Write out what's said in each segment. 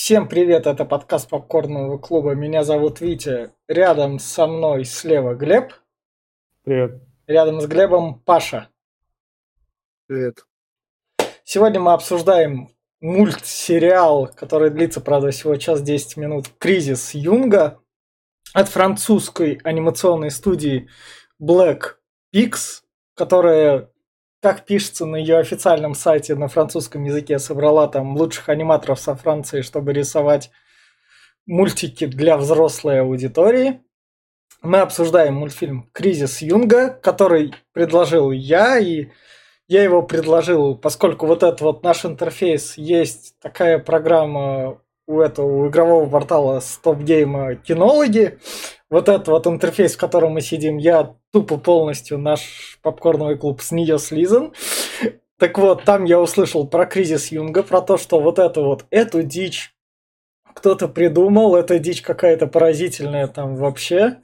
Всем привет, это подкаст Попкорного клуба. Меня зовут Витя. Рядом со мной слева Глеб. Привет. Рядом с Глебом Паша. Привет. Сегодня мы обсуждаем мультсериал, который длится, правда, всего час 10 минут. «Кризис Юнга» от французской анимационной студии Black Pix, которая, как пишется на ее официальном сайте на французском языке, собрала там лучших аниматоров со Франции, чтобы рисовать мультики для взрослой аудитории. Мы обсуждаем мультфильм «Кризис Юнга», который предложил я, и я его предложил, поскольку вот этот вот наш интерфейс, есть такая программа у игрового портала Stop Game «Кинологи». Вот этот вот интерфейс, в котором мы сидим, я тупо полностью наш попкорновый клуб с нее слизан. Так вот, там я услышал про «Кризис Юнга», про то, что вот эту дичь кто-то придумал, эта дичь какая-то поразительная там вообще.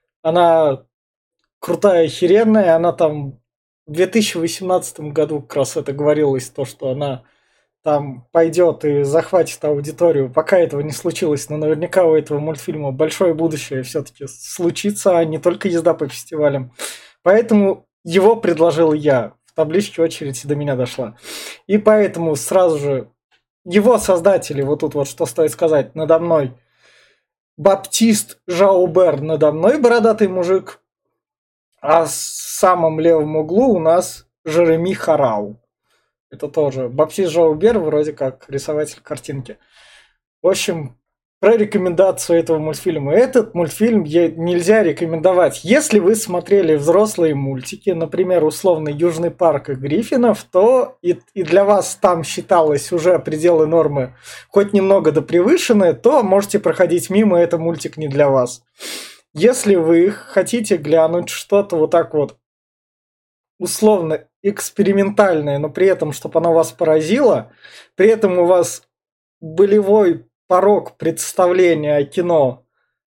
Она крутая, охеренная, она там в 2018 году как раз это говорилось, то, что она там пойдет и захватит аудиторию. Пока этого не случилось, но наверняка у этого мультфильма большое будущее все-таки случится, а не только езда по фестивалям. Поэтому его предложил я. В табличке очередь до меня дошла. И поэтому сразу же его создатели, вот тут вот что стоит сказать, надо мной Баптист Жаубер, надо мной бородатый мужик, а в самом левом углу у нас Жереми Харау. Это тоже Баптист Жаубер, вроде как рисователь картинки. В общем, про рекомендацию этого мультфильма. Этот мультфильм нельзя рекомендовать. Если вы смотрели взрослые мультики, например, условно «Южный парк» и «Гриффинов», то и для вас там считалось уже пределы нормы хоть немного допревышенные, то можете проходить мимо, это мультик не для вас. Если вы хотите глянуть что-то вот так вот условно экспериментальное, но при этом, чтобы оно вас поразило, при этом у вас болевой порог представления о кино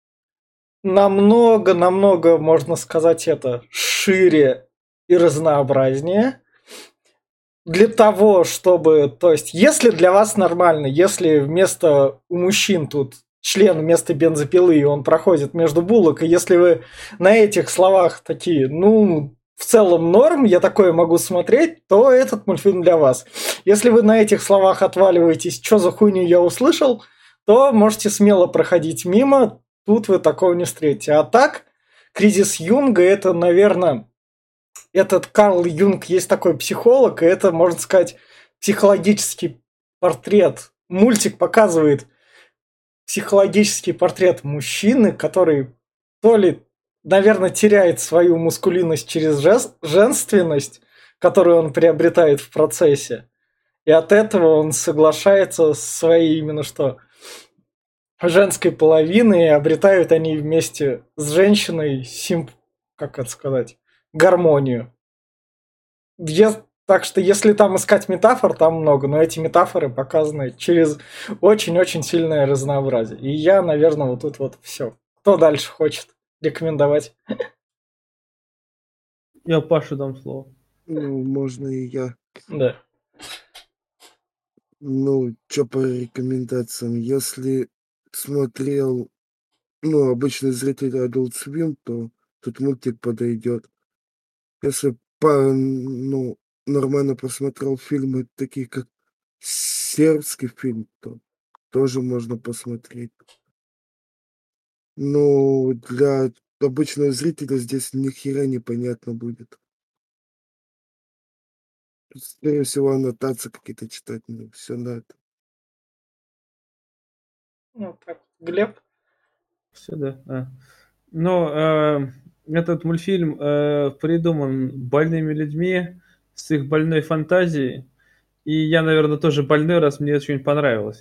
намного, можно сказать, это шире и разнообразнее. Для того, чтобы... То есть, если для вас нормально, если вместо у мужчин тут член вместо бензопилы, и он проходит между булок, и если вы на этих словах такие, в целом норм, я такое могу смотреть, то этот мультфильм для вас. Если вы на этих словах отваливаетесь, что за хуйню я услышал, то можете смело проходить мимо, тут вы такого не встретите. А так, «Кризис Юнга» это, наверное, этот Карл Юнг есть такой психолог, и это, можно сказать, психологический портрет. Мультик показывает психологический портрет мужчины, который то ли, наверное, теряет свою мускулинность через женственность, которую он приобретает в процессе. И от этого он соглашается с своей именно что женской половиной, и обретают они вместе с женщиной как это сказать, гармонию. Так что если там искать метафор, там много, но эти метафоры показаны через очень-очень сильное разнообразие. И я, наверное, вот тут вот все. Кто дальше хочет рекомендовать? Я Паше дам слово. Можно и я. Да. Что по рекомендациям? Если смотрел, обычный зритель Adult Swim, то тут мультик подойдет. Если нормально посмотрел фильмы, такие как сербский фильм, то тоже можно посмотреть. Но для обычного зрителя здесь ни хера непонятно будет. Скорее всего, аннотации какие-то читать, все на это. Так, Глеб? Все, да. Этот мультфильм придуман больными людьми с их больной фантазией. И я, наверное, тоже больной, раз мне очень понравилось.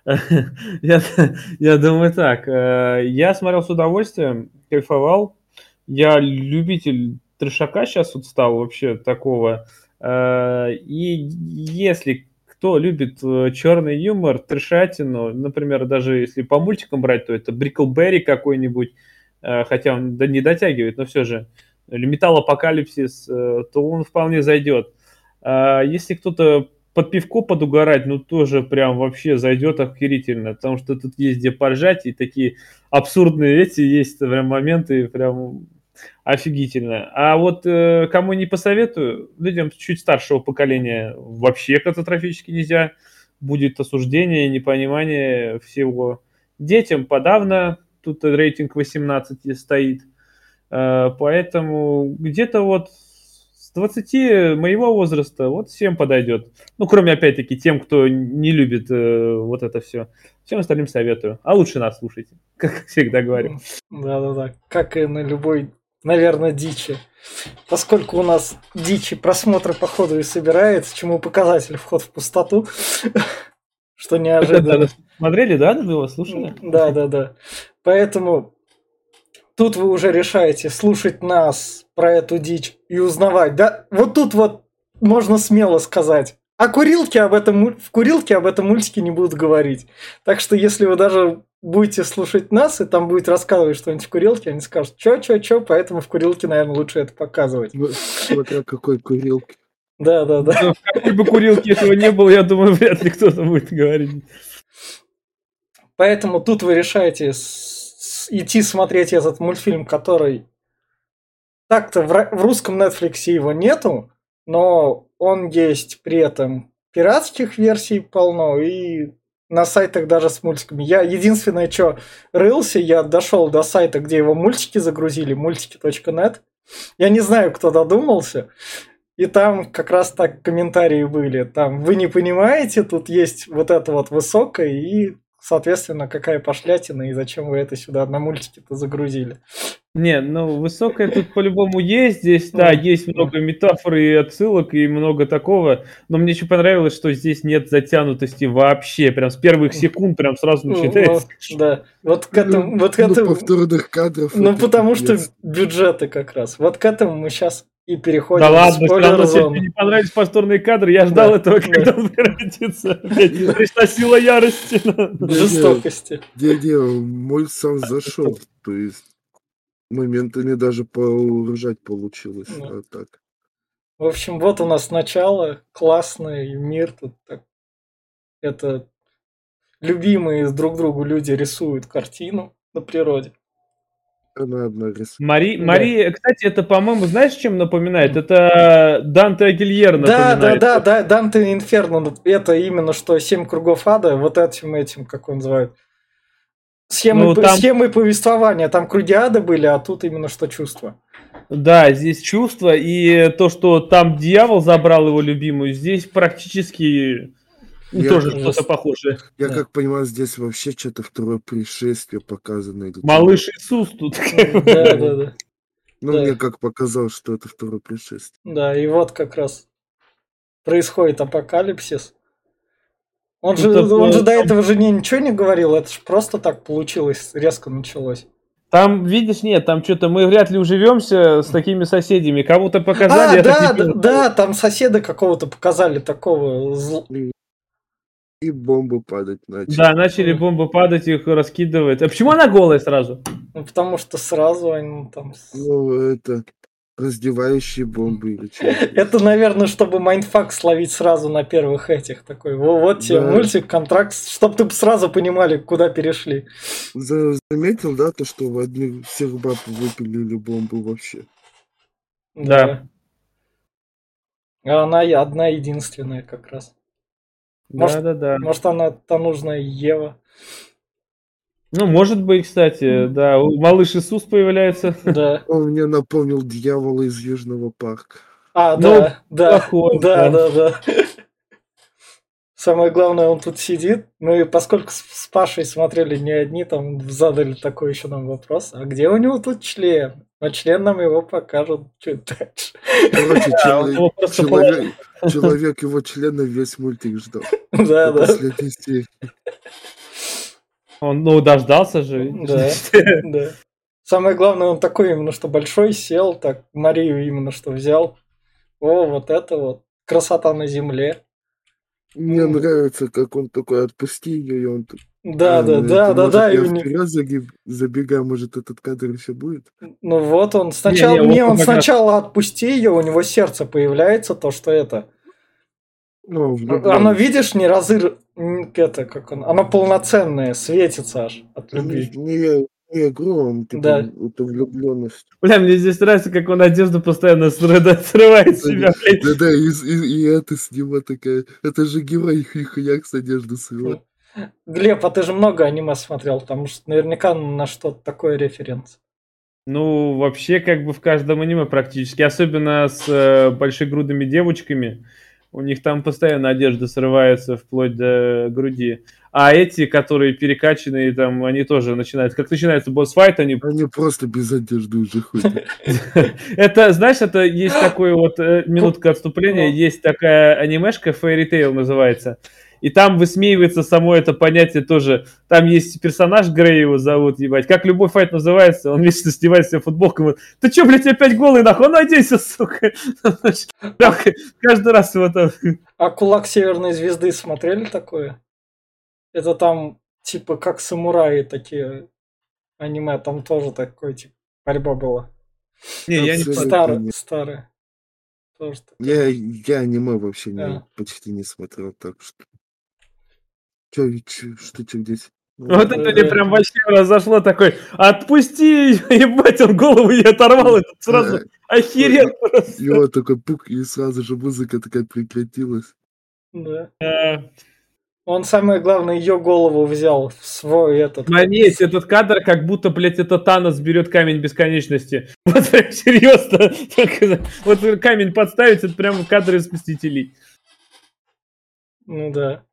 Я думаю так. Я смотрел с удовольствием, кайфовал. Я любитель трешака сейчас вот стал вообще такого. И если кто любит черный юмор, трешатину, например, даже если по мультикам брать, то это Бриклберри какой-нибудь, хотя он не дотягивает, но все же, или Металлопокалипсис, то он вполне зайдет. Если кто-то под пивко подугарать, ну, тоже прям вообще зайдет охерительно, потому что тут есть где поржать, и такие абсурдные эти есть прям моменты, прям офигительно. А вот кому не посоветую, людям чуть старшего поколения вообще катастрофически нельзя. Будет осуждение, непонимание всего. Детям подавно, тут рейтинг 18 стоит. Поэтому где-то вот с 20 моего возраста вот всем подойдет. Ну, кроме, опять-таки, тем, кто не любит вот это все. Всем остальным советую. А лучше нас слушайте, как всегда говорю. Да-да-да, как и на любой, наверное, дичи. Поскольку у нас дичи просмотры по ходу и собирается, чему показатель вход в пустоту, что неожиданно. Смотрели, да, вы его слушали? Да. Поэтому тут вы уже решаете слушать нас про эту дичь и узнавать. Да, вот тут вот можно смело сказать. А в курилке об этом мультике не будут говорить. Так что если вы даже будете слушать нас, и там будет рассказывать что-нибудь в курилке, они скажут, чё, поэтому в курилке, наверное, лучше это показывать. Смотря какой курилки. Да. В какой бы курилке этого не было, я думаю, вряд ли кто-то будет говорить. Поэтому тут вы решаете идти смотреть этот мультфильм, который так-то в русском Netflix его нету, но он есть при этом пиратских версий полно и на сайтах даже с мультиками. Я единственное, что рылся, я дошел до сайта, где его мультики загрузили, multики.net. Я не знаю, кто додумался. И там как раз так комментарии были. Там вы не понимаете, тут есть вот это вот высокое и, соответственно, какая пошлятина и зачем вы это сюда на мультики-то загрузили. Не, ну высокое тут по-любому есть. Здесь, да, есть много метафор и отсылок, и много такого. Но мне еще понравилось, что здесь нет затянутости вообще. Прям с первых секунд прям сразу начинается. Да, вот к этому... повторных кадров. Ну, потому что бюджеты как раз. Вот к этому мы сейчас и переходим. Да ладно, все равно, если мне не понравились повторные кадры, я ждал этого, когда он превратится. Пришла сила ярости. Жестокости. Не, мой сам зашел. То есть моментами даже поуржать получилось. А так. В общем, вот у нас начало. Классный мир. Тут так. Это любимые друг другу люди рисуют картину на природе. Она одна рисует. Мария, кстати, это, по-моему, знаешь, чем напоминает? Это Данте Агильер напоминает. Да, Данте Инферно. Это именно что 7 кругов ада, вот этим, как он называет. Схемой повествования. Там круги ада были, а тут именно что чувства. Да, здесь чувства, и то, что там дьявол забрал его любимую, здесь практически тоже что-то похожее. Я как понимаю, здесь вообще что-то второе пришествие показано. Малыш Иисус тут. Да. Ну, мне как показалось, что это второе пришествие. Да, и вот как раз происходит апокалипсис. Он же до этого же ничего не говорил, это же просто так получилось, резко началось. Там, видишь, нет, там что-то мы вряд ли уживемся с такими соседями. Кого-то показали. Да, там соседа какого-то показали такого. И бомбы падать начали. Да, начали бомбы падать, их раскидывать. А почему она голая сразу? Ну, потому что сразу они там... Ну, это раздевающие бомбы или что. Это, наверное, чтобы майндфак словить сразу на первых этих. Такой, вот тебе мультик, контракт, чтобы ты сразу понимали, куда перешли. Заметил, да, то, что в одних всех баб выпилили бомбу вообще. Да. А она одна единственная как раз. Да. Может, она-то нужная Ева. Ну, может быть, кстати, да. Малыш Иисус появляется. Да. Он мне напомнил дьявола из Южного парка. Да. Самое главное, он тут сидит. Ну и поскольку с Пашей смотрели не одни, там задали такой еще нам вопрос. А где у него тут член? А член нам его покажут чуть дальше. Короче, человек его члена весь мультик ждал. Да. Последней серии. Он, дождался же. Да. Самое главное, он такой именно, что большой сел, так Марию именно что взял. О, вот это вот. Красота на земле. Мне нравится, как он такой, отпусти ее, и он... Да. Я вперед забегаю, может, этот кадр еще будет? Ну вот он сначала... он сначала отпусти ее, у него сердце появляется, то, что это... Ну, Оно, влюблённость. видишь, не это, как оно полноценное, светится аж от любви. Не игру, он типа Да. это влюблённость. Бля, мне здесь нравится, как он одежду постоянно срывает с себя, блядь. Да-да, и это с него такая. Это же герой хуяк с одежды срывает. Глеб, а ты же много аниме смотрел, потому что наверняка на что-то такое референс. Ну, вообще, как бы в каждом аниме практически, особенно с большегрудыми девочками, у них там постоянно одежда срывается вплоть до груди. А эти, которые перекачанные, там, они тоже начинают, как начинается босс-файт, они... Они просто без одежды уже ходят. Это, знаешь, это есть такое вот, минутка отступления, есть такая анимешка, Fairy Tail называется, и там высмеивается само это понятие тоже. Там есть персонаж, Грей его зовут, ебать. Как любой файт называется, он вечно снимает себе футболку. Говорит, ты чё, блядь, опять голый, нахуй? Ну, оденься, сука. Каждый раз его там... А «Кулак Северной Звезды» смотрели такое? Это там типа как самураи такие аниме, там тоже такой типа борьба была. Не, я не Абсолютно Старые, нет. старые. Тоже такое. Я аниме вообще Да. почти не смотрел, так что. Что здесь? Вот это мне Да. прям вообще разошло такой, отпусти, ебать, он голову ей оторвал, этот сразу охерел просто. И вот такой пук, и сразу же музыка такая прекратилась. Да. Он, самое главное, ее голову взял в свой этот... Есть этот кадр, как будто, блядь, это Танос берет камень бесконечности. Вот прям серьезно. Вот камень подставить, это прям кадр из Мстителей. Ну да.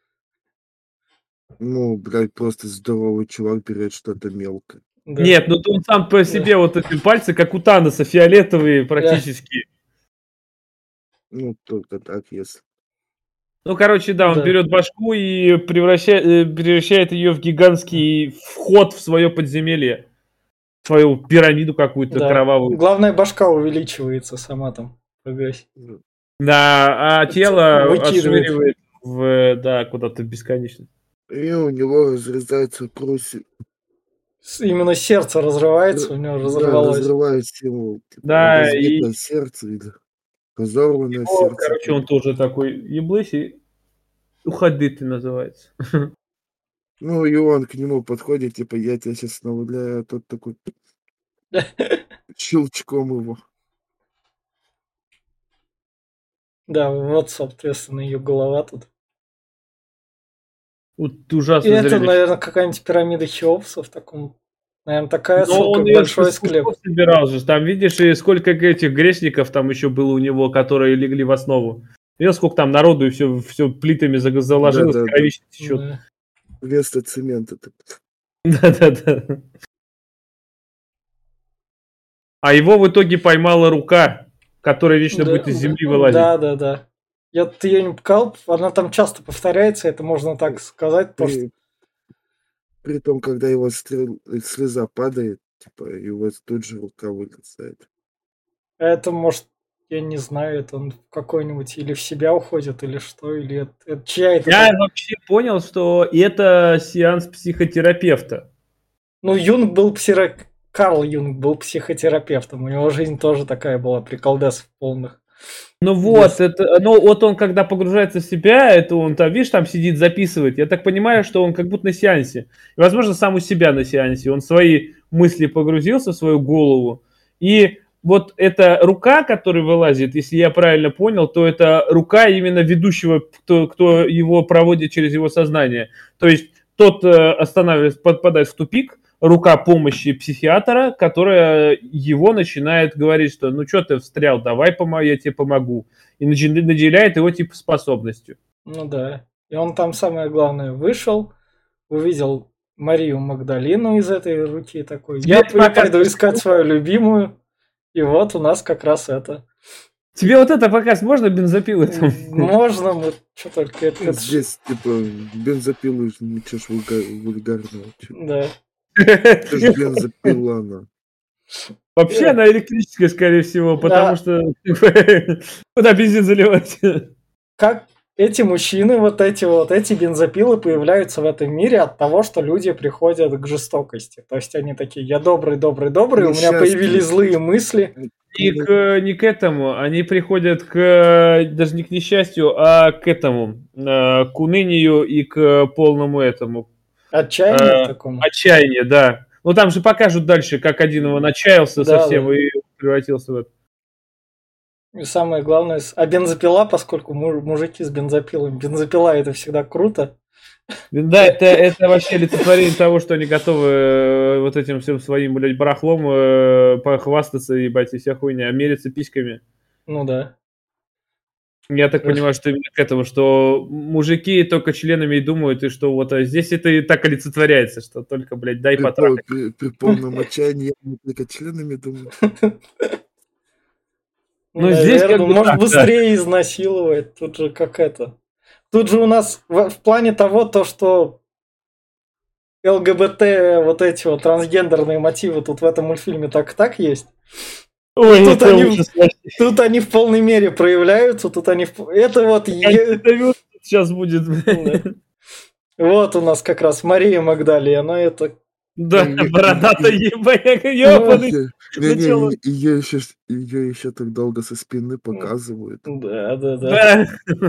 Ну, блядь, просто здоровый чувак берет что-то мелкое. Да. Нет, ну он сам по себе вот эти пальцы, как у Таноса, фиолетовые практически. Ну, только так, если. Ну, короче, да, он Да. берет башку и превращает ее в гигантский вход в свое подземелье. В свою пирамиду какую-то Да. кровавую. Главное, башка увеличивается сама там. Прогресс. Да, а тело Выкидывает. отшвыривает да, куда-то в бесконечность. И у него разрезается кровь. Именно сердце разрывается, у него Да, разорвалось. разрывает символ. Типа, Да, разбитое сердце или разорванное сердце. короче, он тоже такой еблысь и уходит называется. Ну, и он к нему подходит, типа, я тебя сейчас наваляю, а тот такой щелчком его. Да, вот, соответственно, ее голова тут. Вот И ужасно это, зрелище. наверное, какая-нибудь пирамида Хеопса в таком... Наверное, такая Но отсылка он к ее большой склеп. собирал же. Там, видишь, и сколько этих грешников там еще было у него, которые легли в основу. Видел, сколько там народу и все плитами заложилось, Да-да-да. кровище течет. Да. Вместо цемента. Да-да-да. А его в итоге поймала рука, которая вечно будет из земли вылазить. Да. Ты ее не показал, она там часто повторяется, это можно так сказать. При том, когда его слеза падает, типа, его тут же рука вылезает. Это может, я не знаю, это он в какой-нибудь или в себя уходит, или что, или это чья это? Я вообще понял, что это сеанс психотерапевта. Ну, Карл Юнг был психотерапевтом, у него жизнь тоже такая была, приколдесов полных. Ну вот, вот он когда погружается в себя, это он там, видишь, там сидит, записывает. Я так понимаю, что он как будто на сеансе. И, возможно, сам у себя на сеансе. Он в свои мысли погрузился, в свою голову. И вот эта рука, которая вылазит, если я правильно понял, то это рука именно ведущего, кто его проводит через его сознание. То есть тот останавливается, подпадает в тупик, рука помощи психиатра, которая его начинает говорить, что ну что ты встрял, давай я тебе помогу. И наделяет его типа способностью. Ну да. И он там, самое главное, вышел, увидел Марию Магдалину из этой руки такой. Я пойду искать свою любимую. И вот у нас как раз это. Тебе вот это показ можно бензопилы? Можно, мы что только это. Здесь, типа, бензопилу, ничего ж вульгарного. Да. Это ж бензопила она. Вообще она электрическая, скорее всего, потому что куда бензин заливать? Как эти мужчины, эти бензопилы появляются в этом мире от того, что люди приходят к жестокости. То есть они такие, я добрый, у меня Несчастные. появились злые мысли. Не к этому, они приходят даже не к несчастью, а к этому, к унынию и к полному этому. Отчаяние такому. Отчаяние, да. Ну там же покажут дальше, как один его начаялся совсем и превратился в это. И самое главное, а бензопила, поскольку мужики с бензопилами, бензопила это всегда круто. Да, это вообще олицетворение того, что они готовы вот этим всем своим, блядь, барахлом похвастаться, ебать, и вся хуйня, мериться письками. Ну да. Я так понимаю, что именно к этому, что мужики только членами и думают, и что вот здесь это и так олицетворяется, что только, блядь, дай потрахать. При полном отчаянии я только членами думаю. Ну, здесь как бы может так, быстрее изнасиловать. Тут же как это. Тут же у нас в плане того, что ЛГБТ, вот эти вот трансгендерные мотивы тут в этом мультфильме так есть. Ой, тут они в полной мере проявляются, это вот... Сейчас будет. Вот у нас как раз Мария Магдалена, это... Да, бородатая ебаная. Ее еще так долго со спины показывают. Да.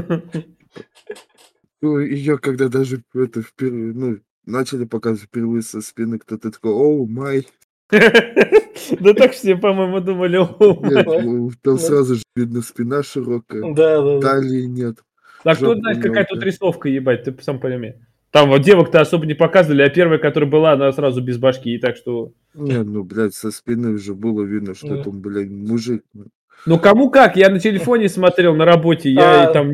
Ее когда даже начали показывать впервые со спины, кто-то такой, оу, май. Да так все, по-моему, думали, нет, там сразу же видно спина широкая, талии нет. А кто знает, какая тут рисовка, ебать, ты сам пойми. Там вот девок-то особо не показывали, а первая, которая была, она сразу без башки, и так что... Не, блядь, со спины уже было видно, что там, блядь, мужик. Ну, кому как, я на телефоне смотрел, на работе, я там...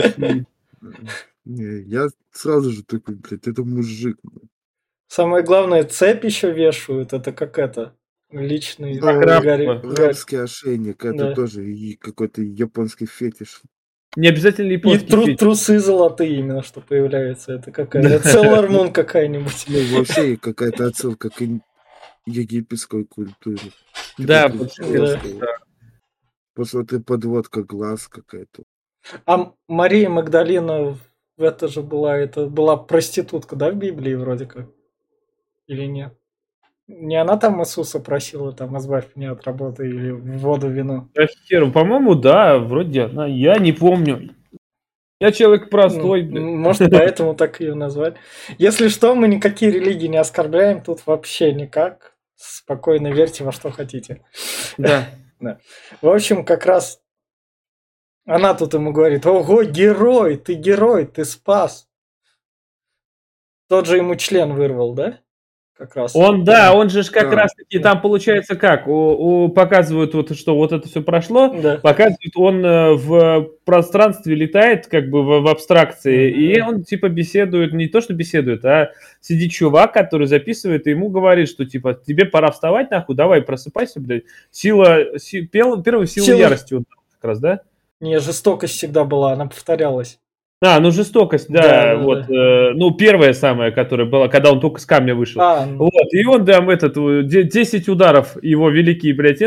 Не, я сразу же такой, блядь, это мужик. Самое главное, цепь еще вешают, это как это, личный... Рабский ошейник, это тоже какой-то японский фетиш. Не обязательно японский фетиш. И трусы золотые именно, что появляются, это какая-то Sailor Moon какая-нибудь. Ну, вообще какая-то отсылка к египетской культуре. Да, посмотри, подводка глаз какая-то. А Мария Магдалина, это была проститутка, да, в Библии вроде как? Или нет? Не она там Иисуса просила, там, избавь меня от работы или в воду вино? По-моему, да, вроде она, я не помню. Я человек простой, блядь. Может, поэтому так ее назвали. Если что, мы никакие религии не оскорбляем, тут вообще никак. Спокойно верьте во что хотите. Да. В общем, как раз она тут ему говорит, ого, герой, ты спас. Тот же ему член вырвал, да? Как раз. Он же как раз таки, там получается как, показывают вот, что вот это все прошло, показывают, он в пространстве летает, как бы в абстракции, и он типа беседует, не то что беседует, а сидит чувак, который записывает, и ему говорит, что типа, тебе пора вставать нахуй, давай просыпайся, блядь, первая сила ярости, вот, как раз, да? Не, жестокость всегда была, она повторялась. Жестокость, вот, ну, первая самая, которая была, когда он только с камня вышел. Вот, и он там 10 ударов, его великий, блядь,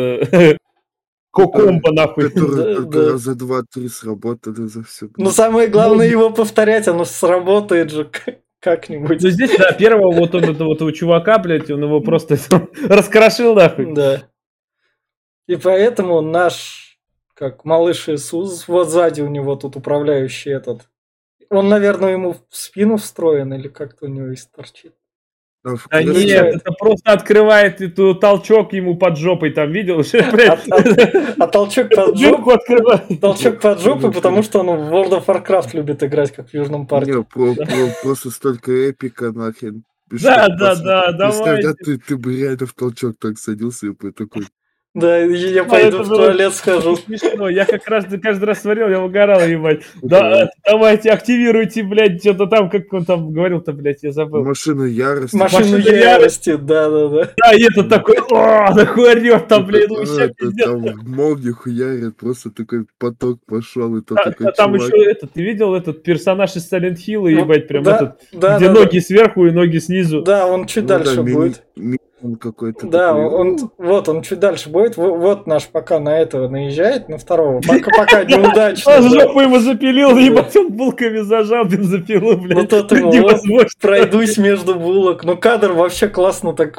комбо, нахуй. Которые только раза 2-3 сработали за все. Ну, самое главное его повторять, оно сработает же как-нибудь. Ну, здесь, первого вот этого чувака, блядь, он его просто раскрошил, нахуй. Да. И поэтому наш... Как малыш Иисус, вот сзади у него тут управляющий этот. Он, наверное, ему в спину встроен или как-то у него и торчит. Да нет, это просто открывает толчок ему под жопой, там видел? А толчок под жопу открывает. Толчок под жопу, потому что он в World of Warcraft любит играть, как в Южном парке. Просто столько эпика, нахрен. Да, давай. Ты бы реально в толчок так садился и такой... Да, я пойду в туалет схожу. Смешно, я как раз каждый раз смотрел, я угорал, ебать. Да, давайте, активируйте, блядь, что-то там, как он там говорил-то, блядь, я забыл. Машину ярости. Машину ярости, да. Да, и это такой, такой орёт там, блядь, вообще пиздец. Там молнию хуярит, просто такой поток пошел, и то такой там еще ты видел этот персонаж из Silent Hill, ебать, прям где ноги сверху и ноги снизу. Да, он чуть дальше будет. Он какой-то Да, такой. он чуть дальше будет. Вот наш пока на этого наезжает, на второго. Пока неудачно. Он жопу ему запилил, ебать, он булками зажал бензопилу, блядь. Ну тот ему Невозможно. пройдусь между булок. Ну кадр вообще классно так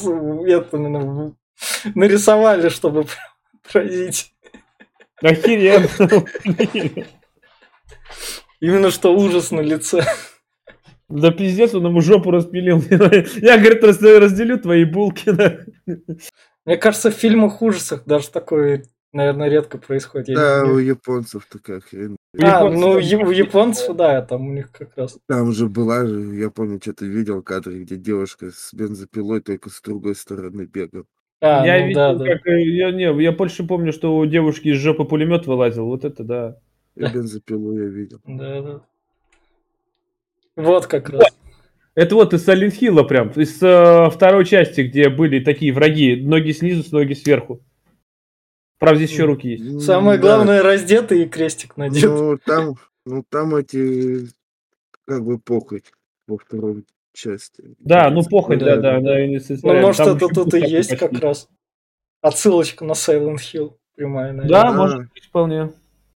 нарисовали, чтобы поразить. Охеренно. Именно что ужас на лице. Да пиздец, он ему жопу распилил. Я, говорит, разделю твои булки. Мне кажется, в фильмах ужасах даже такое, наверное, редко происходит. Да, у японцев такая хрень. Ну, у японцев, да, там у них как раз. Там же была, я помню, что-то видел кадры, где девушка с бензопилой только с другой стороны бегала. Я ну видел, да. как... Я больше помню, что у девушки из жопы пулемет вылазил. Вот это да. И бензопилу я видел. Да. Вот как раз. Это вот из Silent Hill'а прям, из второй части, где были такие враги, ноги снизу, ноги сверху. Правда, здесь еще руки есть. Самое главное, раздетый и крестик надет. Там эти, как бы, похоть во второй части. Да, ну похоть, да. Ну, может, это тут и есть как раз. Отсылочка на Silent Hill прямая, наверное. Да, может быть, вполне.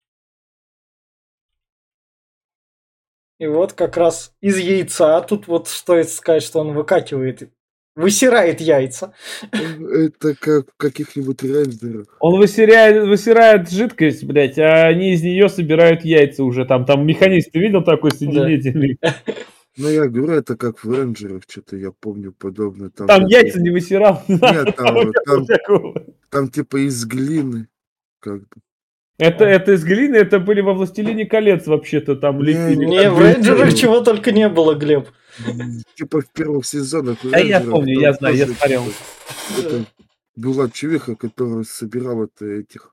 И вот как раз из яйца, тут вот стоит сказать, что он высирает яйца. Это как в каких-нибудь рендерах. Он высирает жидкость, блядь, а они из нее собирают яйца уже. Там механизм, ты видел такой соединительный? Ну, я говорю, это как в рейнджерах, что-то я помню подобное. Там яйца не высирал. Нет, там типа из глины. Как бы. Это из глины, это были во «Властелине колец» вообще-то там лепили. Не, в рейнджерах чего только не было, Глеб. Типа в первых сезонах. А я помню, я знаю, я смотрел. Это была чувиха, которая собирала этих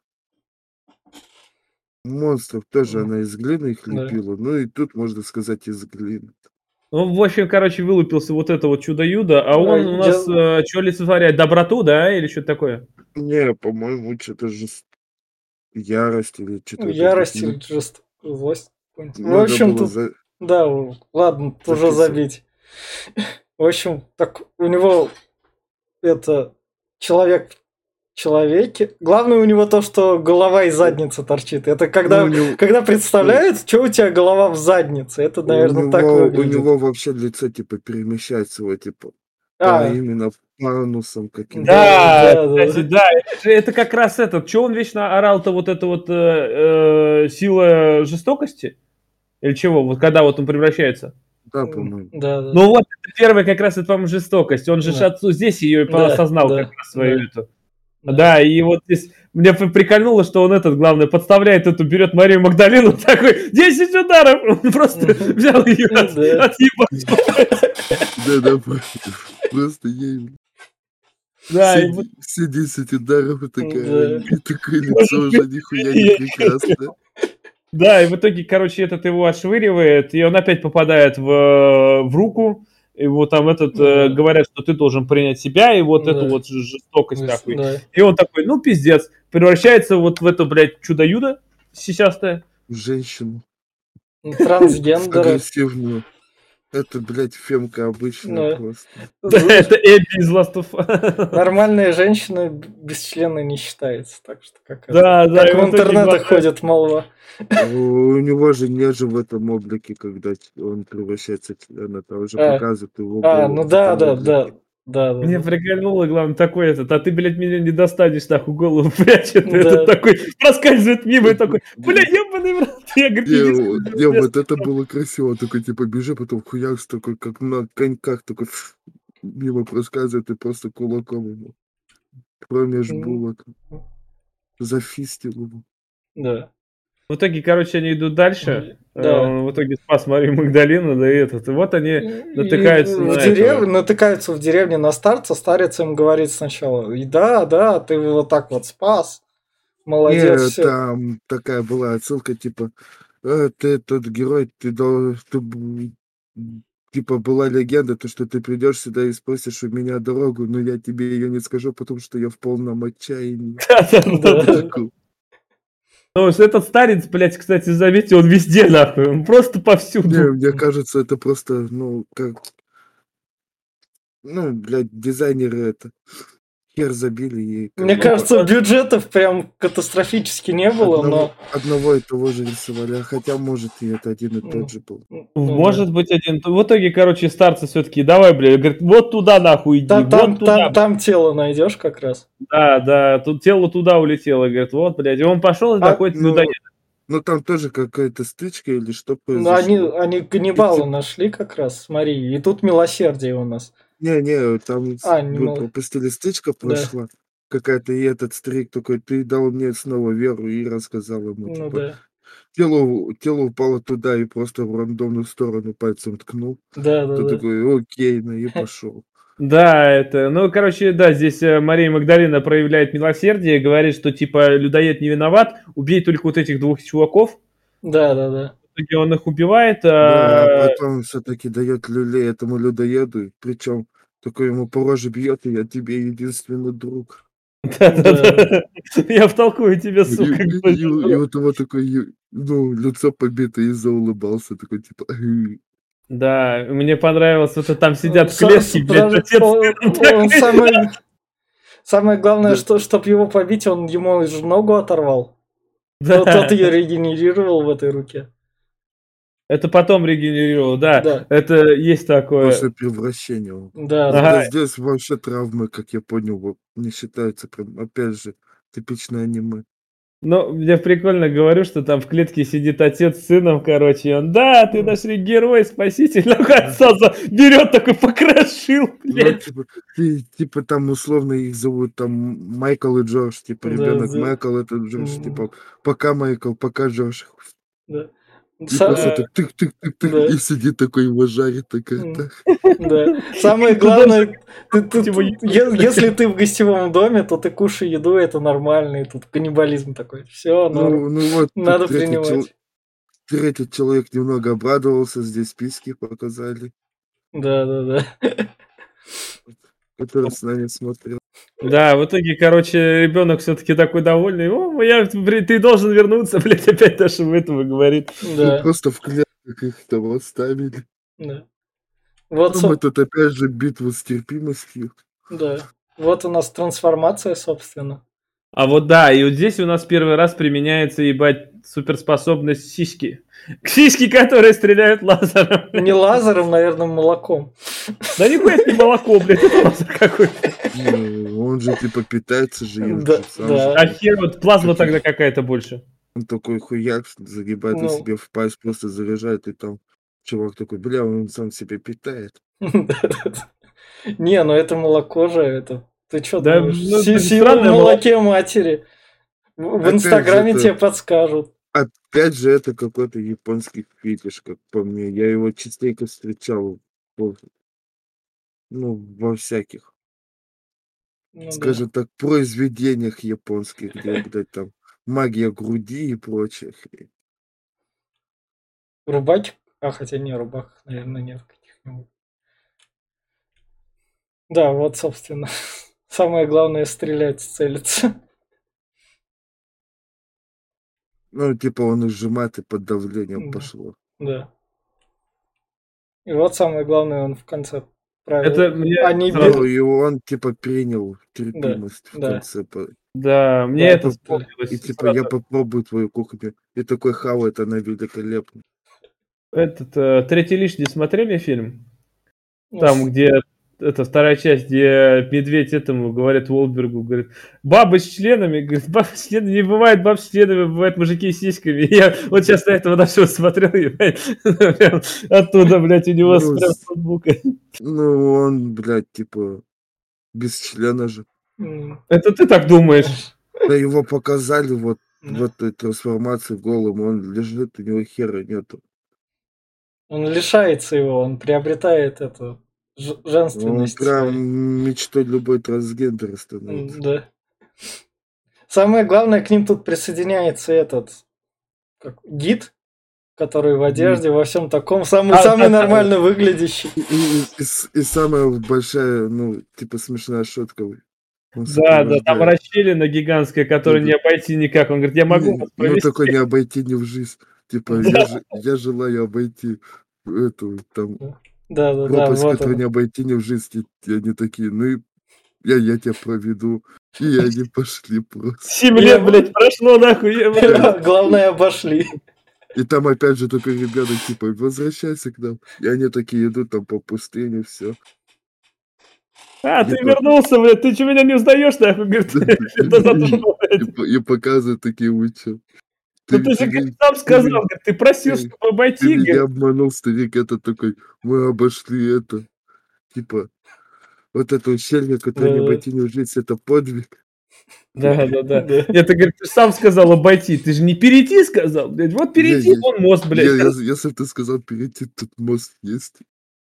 монстров. Тоже она из глины их лепила. Ну и тут, можно сказать, из глины. Ну, в общем, короче, вылупился вот это вот чудо-юдо, а он у нас что олицетворяет? Доброту, да, или что-то такое? Не, по-моему, что-то же ярость или что-то. Ярость или злость. В общем, тут... Да, ладно, тоже забить. В общем, так у него это человек в человеке. Главное у него то, что голова из задницы торчит. Это когда представляют, что у тебя голова в заднице. Это, наверное, так выглядит. У него вообще лицо типа перемещается его типа именно панусом каким-то. Да. Это как раз это. Что он вечно орал-то, вот это вот сила жестокости? Или чего? Вот когда вот он превращается? Да, по-моему. Да. Ну вот, это первая как раз, это, по-моему, жестокость. Он же отцу здесь ее осознал как раз свою эту. Да, и вот здесь меня прикольнуло, что он главное, подставляет берет Марию Магдалину, такой, 10 ударов! Он просто взял ее, отъебал. Да, просто ей... Да, все 10 ударов, такое лицо уже нихуя не прекрасное. Да, и в итоге, короче, этот его отшвыривает, и он опять попадает в руку. Его там говорят, что ты должен принять себя, и вот эту вот жестокость такой. Да. И он такой, ну пиздец, превращается вот в это, блядь, чудо-юдо сисястое. Женщину. Трансгендера. Агрессивную. Это, блядь, фемка обычная просто. Это Эбби из Last of Us. Нормальная женщина без члена не считается, так что как да, как в интернетах ходит молва. У него же не же в этом облике, когда он превращается в члена, там уже показывают его голову. Ну да. Мне прикольнуло, главное, такой а ты, блядь, меня не достанешь, нахуй, голову прячет. Этот такой проскальзывает мимо и такой, блядь, ебаный в рот. Я говорю, вот это было красиво, такой, типа, бежи, потом хуякс такой, как на коньках, такой, мимо проскальзывает и просто кулаком ему промеж булок зафистил его. Да. В итоге, короче, они идут дальше. Да. Он в итоге спас Марию Магдалину, да и этот. И вот они натыкаются натыкаются в деревне на старца. Старец им говорит сначала, да, ты его вот так вот спас. Молодец. Нет, там такая была отсылка, типа, ты тот герой, ты типа была легенда, то, что ты придешь сюда и спросишь у меня дорогу, но я тебе ее не скажу, потому что я в полном отчаянии. Да. Ну, этот старец, блядь, кстати, заметьте, он везде, нахуй, он просто повсюду. Не, мне кажется, это просто, как Ну, блядь, дизайнеры это хер забили и Мне кажется, бюджетов прям катастрофически не было, но... одного и того же рисовали, хотя, может, и это один и тот же был. Может быть, один. В итоге, короче, старцы все-таки, давай, блядь, говорит, вот туда нахуй иди, вот туда. Там тело найдешь как раз. Да, тут тело туда улетело, говорит, вот, блядь, и он пошел и находит людоеда. Ну, там тоже какая-то стычка или что Ну, произошло. они каннибала нашли как раз, смотри, и тут милосердие у нас. Не, там не пропустили, стычка прошла какая-то, и этот старик такой, ты дал мне снова веру, и рассказал ему, Ну типа, да. тело упало туда и просто в рандомную сторону пальцем ткнул. Да. Ты такой, окей, ну и пошел. Да, это, ну, короче, да, здесь Мария Магдалина проявляет милосердие, говорит, что, типа, людоед не виноват, убей только вот этих двух чуваков. Да. В итоге он их убивает. Да, а потом все-таки дает люлей этому людоеду, причем такой ему по роже бьет, и я тебе единственный друг. Да. Я втолкую тебе, сука. И вот его такой, ну, лицо побитое, и заулыбался, такой, типа... Да, мне понравилось, вот там сидят в клетке, блядь, отец с сыном. Самое главное, что чтобы его побить, он ему же ногу оторвал. Да. Тот ее регенерировал в этой руке. Это потом регенерировал, да. Это есть такое. После превращения. Да. Здесь вообще травмы, как я понял, не считаются прям, опять же, типичное аниме. Ну, я прикольно говорю, что там в клетке сидит отец с сыном, короче, и он, да, ты наш герой, спаситель, отца берет такой, покрошил, блядь. Ну, типа там условно их зовут там Майкл и Джордж, типа ребенок Майкл, это Джордж, типа пока Майкл, пока Джордж. Да. И просто так тык-тык-тык-тык, и сидит такой, его жарит такая. Да. Самое главное, если ты в гостевом доме, то ты кушай еду, это нормально, и тут каннибализм такой. Все, ну вот, надо принимать. Третий человек немного обрадовался, здесь списки показали. Да. Который с нами смотрел. Да, в итоге, короче, ребенок все-таки такой довольный. Ты должен вернуться, блядь, опять нашему этого говорит. Да. Просто в клетках их там оставили. Да. Вот мы тут опять же битву с терпимостью. Да. Вот у нас трансформация, собственно. А вот да, и вот здесь у нас первый раз применяется, ебать, суперспособность сиськи. Сиськи, которые стреляют лазером. Не лазером, наверное, молоком. Да нихуя это не молоко, блядь, это лазер какой-то. Он же типа питается же им. Да. А хер, вот плазма тогда какая-то больше. Он такой хуяк загибает и себе в пасть, просто заряжает, и там чувак такой, бля, он сам себя питает. Не, ну это молоко же, это... Ты что Да, думаешь? Сила в молоке матери. В Инстаграме тебе подскажут. Опять же, это какой-то японский фетиш, как по мне. Я его частенько встречал во всяких, скажем так, произведениях японских, где, блядь, там магия груди и прочее. Рубаки? Хотя не, рубак, наверное, нет каких-нибудь. Да, вот, собственно. Самое главное стрелять, целиться. Ну, типа он сжимает, и под давлением пошло. Да. И вот самое главное, он в конце правил. Это мне... И он, типа, принял терпимость в конце. Да, мне это вспомнилось. И типа, я попробую твою кухню. И такой хавает, она великолепна. Третий лишний смотрели фильм? Там, где это вторая часть, где медведь этому говорит Уолбергу, говорит, бабы с членами, говорит, бабы с членами, не бывает баб с членами, бывают мужики с сиськами. Я вот сейчас на этого на все смотрел, оттуда, блядь, у него прям ноутбука. Ну, он, блядь, типа, без члена же. Это ты так думаешь? Да его показали вот в этой трансформации голым, он лежит, у него хера нету. Он лишается его, он приобретает эту женственность. Он прям мечтой любой трансгендера становится. Да. Самое главное, к ним тут присоединяется этот гид, который в одежде, во всем таком, самый нормально выглядящий. И самая большая, типа смешная шутка. Да, там расщелина гигантская, которую не обойти никак. Он говорит, я могу вас провести. Ну, такой не обойти не в жизнь. Типа, я желаю обойти эту там... Да-да-да, пропасть, вот которую не он. обойти ни в жизни. И они такие, ну и я тебя проведу. И они пошли просто. 7 Не, лет, блядь, прошло, нахуй. Главное, обошли. И там опять же такой ребенок, типа, возвращайся к нам. И они такие идут там по пустыне, все. А, ты вернулся, блядь, ты что, меня не узнаешь, нахуй? Говорит, назад ушел, блядь. И показывают такие, вы чё? Ну ты же Ты сам сказал, меня говорит, ты просил, ты чтобы обойти, меня говорит. обманул, старик. Это такой, мы обошли это. Типа, вот это ущелье, которое не Да-да. обойти ни в жизнь, это подвиг. Да. Да. Нет, ты, говорит, ты сам сказал обойти, ты же не перейти сказал, блядь. Вот перейти, вон мост, блядь. Если бы ты сказал перейти, тут мост есть.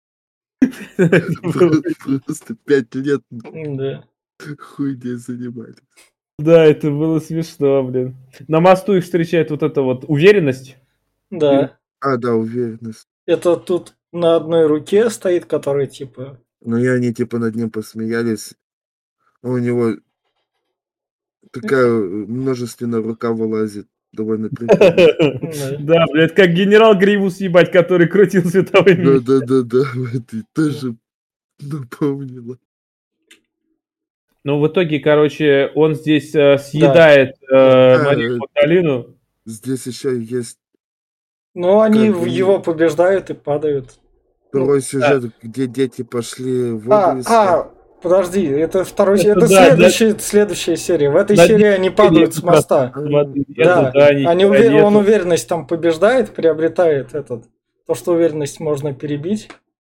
Было- Просто 5 лет Да. хуйней занимались. Да, это было смешно, блин. На мосту их встречает вот эта вот уверенность. Да. Да, уверенность. Это тут на одной руке стоит, который типа... Но и они типа над ним посмеялись. У него такая множественная рука вылазит. Довольно прикольно. Да. Да, блядь, как генерал Гривус, ебать, который крутил световой меч. Да. Это тоже напомнило. Ну, в итоге, короче, он здесь съедает Марию Да, Магдалину. здесь еще есть Ну, они Как бы его побеждают и падают. второй сюжет, где дети пошли воду А, искать. подожди, это второй... Это Это да, следующая серия. В этой на серии они падают с моста. Смотри, Да, это, он уверенность там побеждает, приобретает этот. То, что уверенность можно перебить.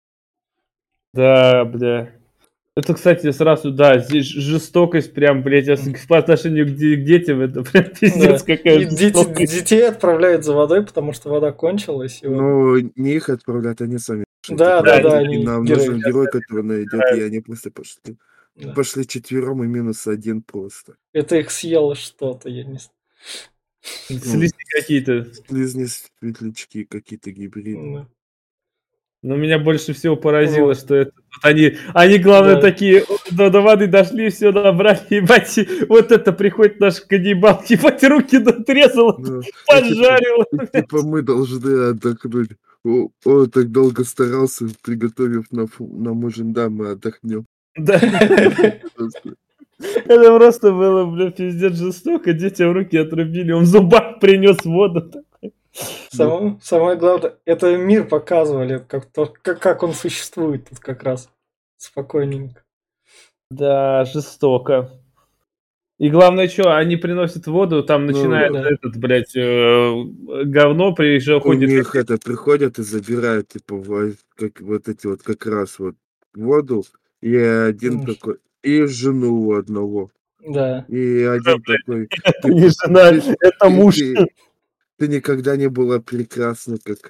Да, бля. Это, кстати, сразу, да, здесь жестокость прям, блядь, по отношению к детям, это прям пиздец Да. какая И жестокость. детей отправляют за водой, потому что вода кончилась. И вот. Но не их отправлять, они сами пошли. Да, Типа, да, они нам герои. нужен герой, который найдет, и они просто пошли. Да. Пошли четвером и -1 просто. Это их съело что-то, я не знаю. Слизни какие-то. Слизни, светлячки, какие-то гибриды. Да. Но меня больше всего поразило, Вот. что это вот они главное, Да. такие до воды дошли, все набрали, ебать, и вот это приходит наш каннибал, ебать, руки натрезал, Ну, поджарил. Типа мы должны отдохнуть. Он так долго старался, приготовив нам ужин, да, мы отдохнем. Да, Просто. это просто было, бля, пиздец жестоко, детям руки отрубили, он в зубах принес воду. Самое главное, это мир показывали, как он существует тут как раз. Спокойненько. Да, жестоко. И главное, что они приносят воду, там Ну, начинает да. этот, блядь, говно У ходит. них это приходят и забирают, типа, как вот эти вот как раз вот воду, и один такой, и жену у одного. Да. И один такой, Это не жена, это муж. ты никогда не была прекрасна, как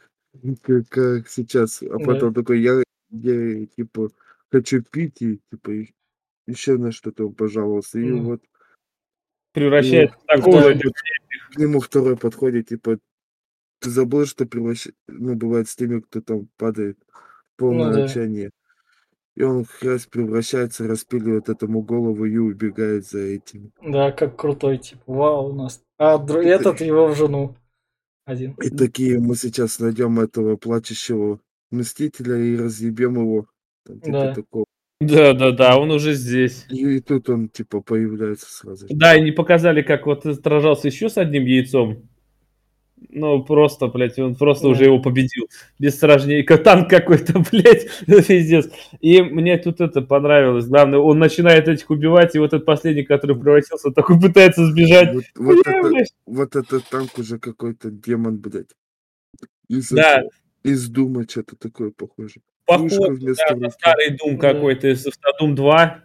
сейчас. А Да. потом такой, я типа хочу пить, и типа еще на что-то он пожаловался. И вот Превращается в и такого Да. же. к нему второй подходит, типа, ты забыл, что бывает с теми, кто там падает в Ну полное да. отчаяние. И он как раз превращается, распиливает этому голову и убегает за этим. Да, как крутой, типа, вау, у нас. А этот его в жену один. И такие мы сейчас найдем этого плачущего мстителя и разъебем его. Там, типа Да. такого. Да, он уже здесь. И тут он типа появляется сразу же. Да, и не показали, как вот сражался еще с одним яйцом. Ну, просто, блядь, он просто уже его победил. Без сражений. Танк какой-то, блядь, пиздец. И мне тут это понравилось. Главное, он начинает этих убивать, и вот этот последний, который превратился, такой пытается сбежать. Вот это танк уже какой-то демон, блядь. Да. Из Дума что-то такое похоже. Похоже, вместо да, руки. старый Doom Да. какой-то, из Doom 2.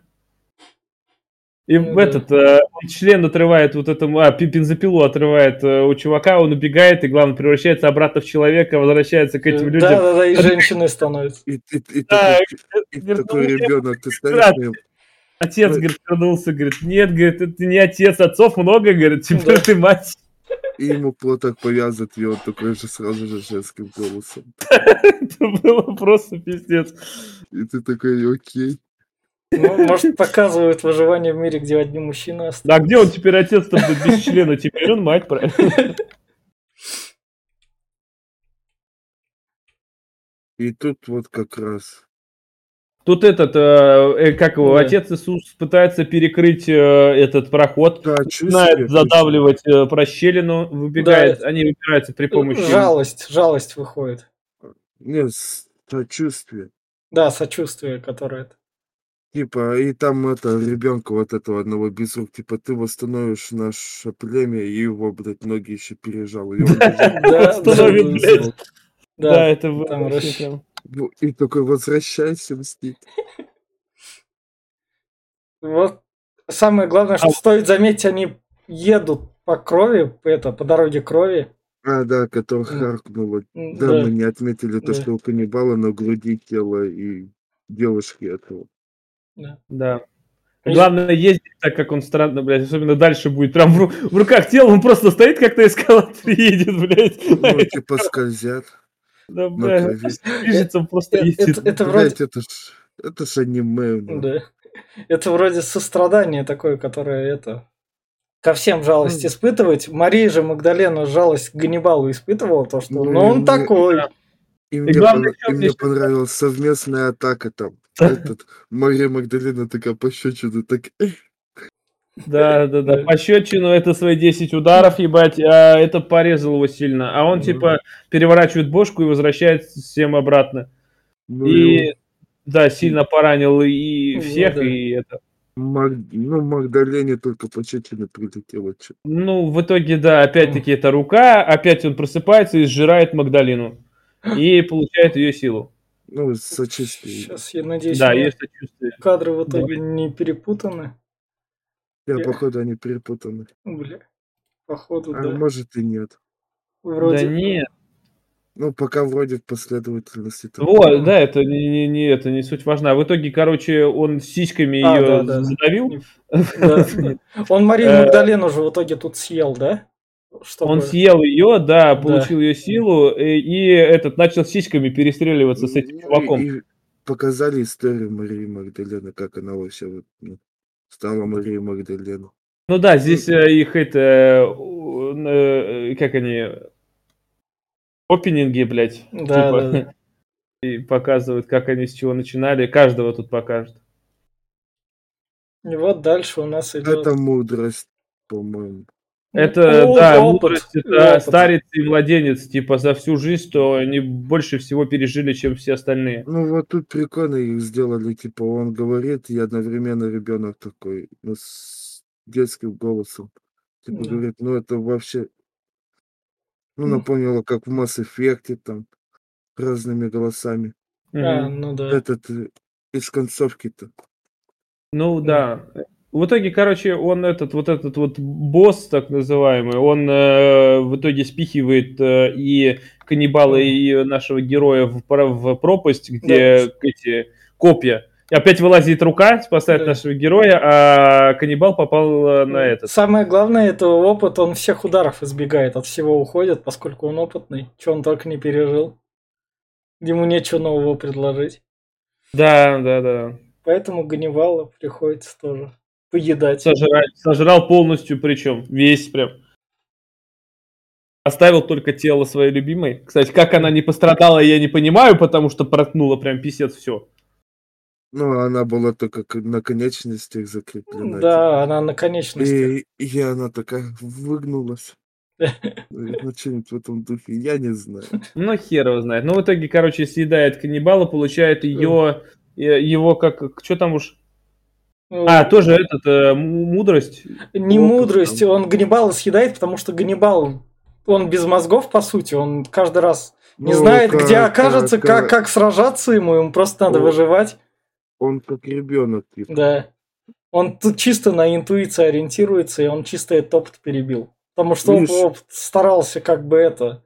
И Ну да. он член отрывает вот этому, бензопилу отрывает у чувака, он убегает и, главное, превращается обратно в человека, возвращается к этим людям. Да, и женщиной становится. И Да, такой ребенок, ты станешь моим. Отец, говорит, вернулся, говорит, нет, говорит, это не отец, отцов много, говорит, теперь ты мать. И ему платок повязывают, и он такой же сразу же женским голосом. Это было просто пиздец. И ты такой, окей. Ну, может, показывают выживание в мире, где одни мужчины остались. Да, где он теперь отец-то без члена? Теперь он мать, правильно? И тут вот как раз. Тут как его, Да. отец Иисус пытается перекрыть этот проход, начинает Сочувствие задавливать расщелину, выбегает, они выбираются при помощи... Жалость выходит. Нет, сочувствие. Да, сочувствие, которое... Типа, и там ребенка вот этого одного без рук, типа, ты восстановишь наше племя, и его, блядь, ноги еще пережал. И он Восстановит, блядь. Да, это там вообще прям... Ну, и такой, возвращайся, мстить. Вот самое главное, что стоит заметить, они едут по крови, по дороге крови. Да, который харкнуло. Да, мы не отметили то, что у каннибала на груди тело и девушки этого. Да. Главное ездить так, как он странно, блядь, особенно дальше будет. Прям в руках тело, он просто стоит, как на эскалаторе едет, блядь. Ну, типа скользят. Да, блядь, движется, он просто едет. Это вроде... Это ж аниме. Да. Это вроде сострадание такое, которое ко всем жалость испытывать. Мария же Магдалена жалость к Ганнибалу испытывала, то что, ну он такой. И мне понравилась совместная атака там. Мария Магдалена такая пощечина, так... Да, пощечину, это свои 10 ударов, ебать, а это порезал его сильно. А он, типа, переворачивает бошку и возвращает всем обратно. И, да, сильно поранил и всех, и это... Магдалене только пощечина прилетела. Ну, в итоге, да, опять-таки это рука, опять он просыпается и сжирает Магдалену. И получает ее силу. Ну, сочувствие. Сейчас, я надеюсь, да, есть сочувствие. Кадры в итоге не перепутаны. Походу, они перепутаны. Бля, походу, да. Может и нет. Вроде... Да нет. Ну, пока вроде в последовательности. Вот, да, это не суть важна. В итоге, короче, он сиськами ее задавил. Он Марию Магдалену уже в итоге тут съел, да? Он съел ее, да, получил ее силу, и начал сиськами перестреливаться с этим чуваком. И показали историю Марии Магдалены, как она вообще стала Марией Магдаленой. Ну да, здесь их как они... Опенинги, блядь. Да. И показывают, как они с чего начинали. Каждого тут покажут. И вот дальше у нас идет... Это мудрость, по-моему. Это, да, мудрость, это старец и младенец. Типа за всю жизнь, что они больше всего пережили, чем все остальные. Ну вот тут прикольно их сделали. Типа он говорит, и одновременно ребенок такой, с детским голосом. Типа говорит, ну это вообще... Ну, напомнило, как в Mass Effect, там, разными голосами. Ну да. Из концовки-то. Ну да. В итоге, короче, он этот босс, так называемый, он в итоге спихивает и каннибала, и нашего героя в пропасть, где эти копья. И опять вылазит рука, спасает нашего героя, а каннибал попал на этот. Самое главное, это опыт, он всех ударов избегает, от всего уходит, поскольку он опытный, что он только не пережил. Ему нечего нового предложить. Да. Поэтому Ганнибала приходится тоже поедать. Сожрал полностью, причем весь прям. Оставил только тело своей любимой. Кстати, как она не пострадала, я не понимаю, потому что проткнула прям писец все. Ну, она была только на конечностях закреплена. Да, она на конечностях. И она такая выгнулась. Ну, что-нибудь в этом духе, я не знаю. Ну, хер его знает. Ну, в итоге, короче, съедает каннибала, получает его как... Что там уж... тоже мудрость. Не мудрость, он Ганнибала съедает, потому что Ганнибал, он без мозгов, по сути, он каждый раз не знает, где окажется, как сражаться ему просто надо выживать. Он как ребенок. Типа. Да. Он тут чисто на интуицию ориентируется, и он чисто этот опыт перебил. Потому что он старался как бы это...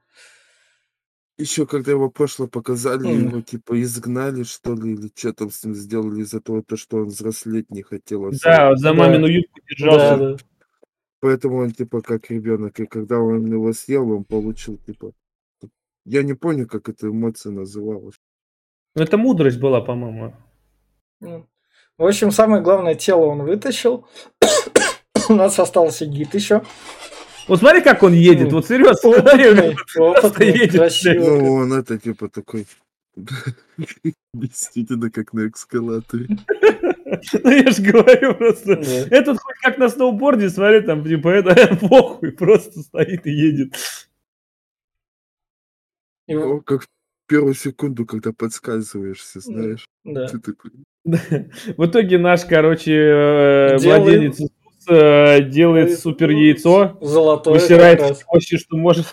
Еще когда его прошлое показали, его типа изгнали, что ли, или что там с ним сделали из-за того, что он взрослеть не хотел. Да, за мамину юбку держался. Да. Поэтому он типа как ребенок. И когда он его съел, он получил типа... Я не помню, как эта эмоция называлась. Это мудрость была, по-моему. В общем, самое главное, тело он вытащил. У нас остался гид еще. Вот смотри, как он едет, вот серьезно. Опытный, едет. красиво. Ну, он это типа такой Действительно, как на эскалаторе. Ну, я же говорю просто. Да. Этот хоть как на сноуборде, смотри, там, типа, это похуй, просто стоит и едет. И в- О, как в первую секунду, когда подсказываешься, Да. знаешь. Да. Ты такой, В итоге наш, короче, Делает- младенец Иисус делает супер яйцо, Золотое как высирает раз. все вообще, что может.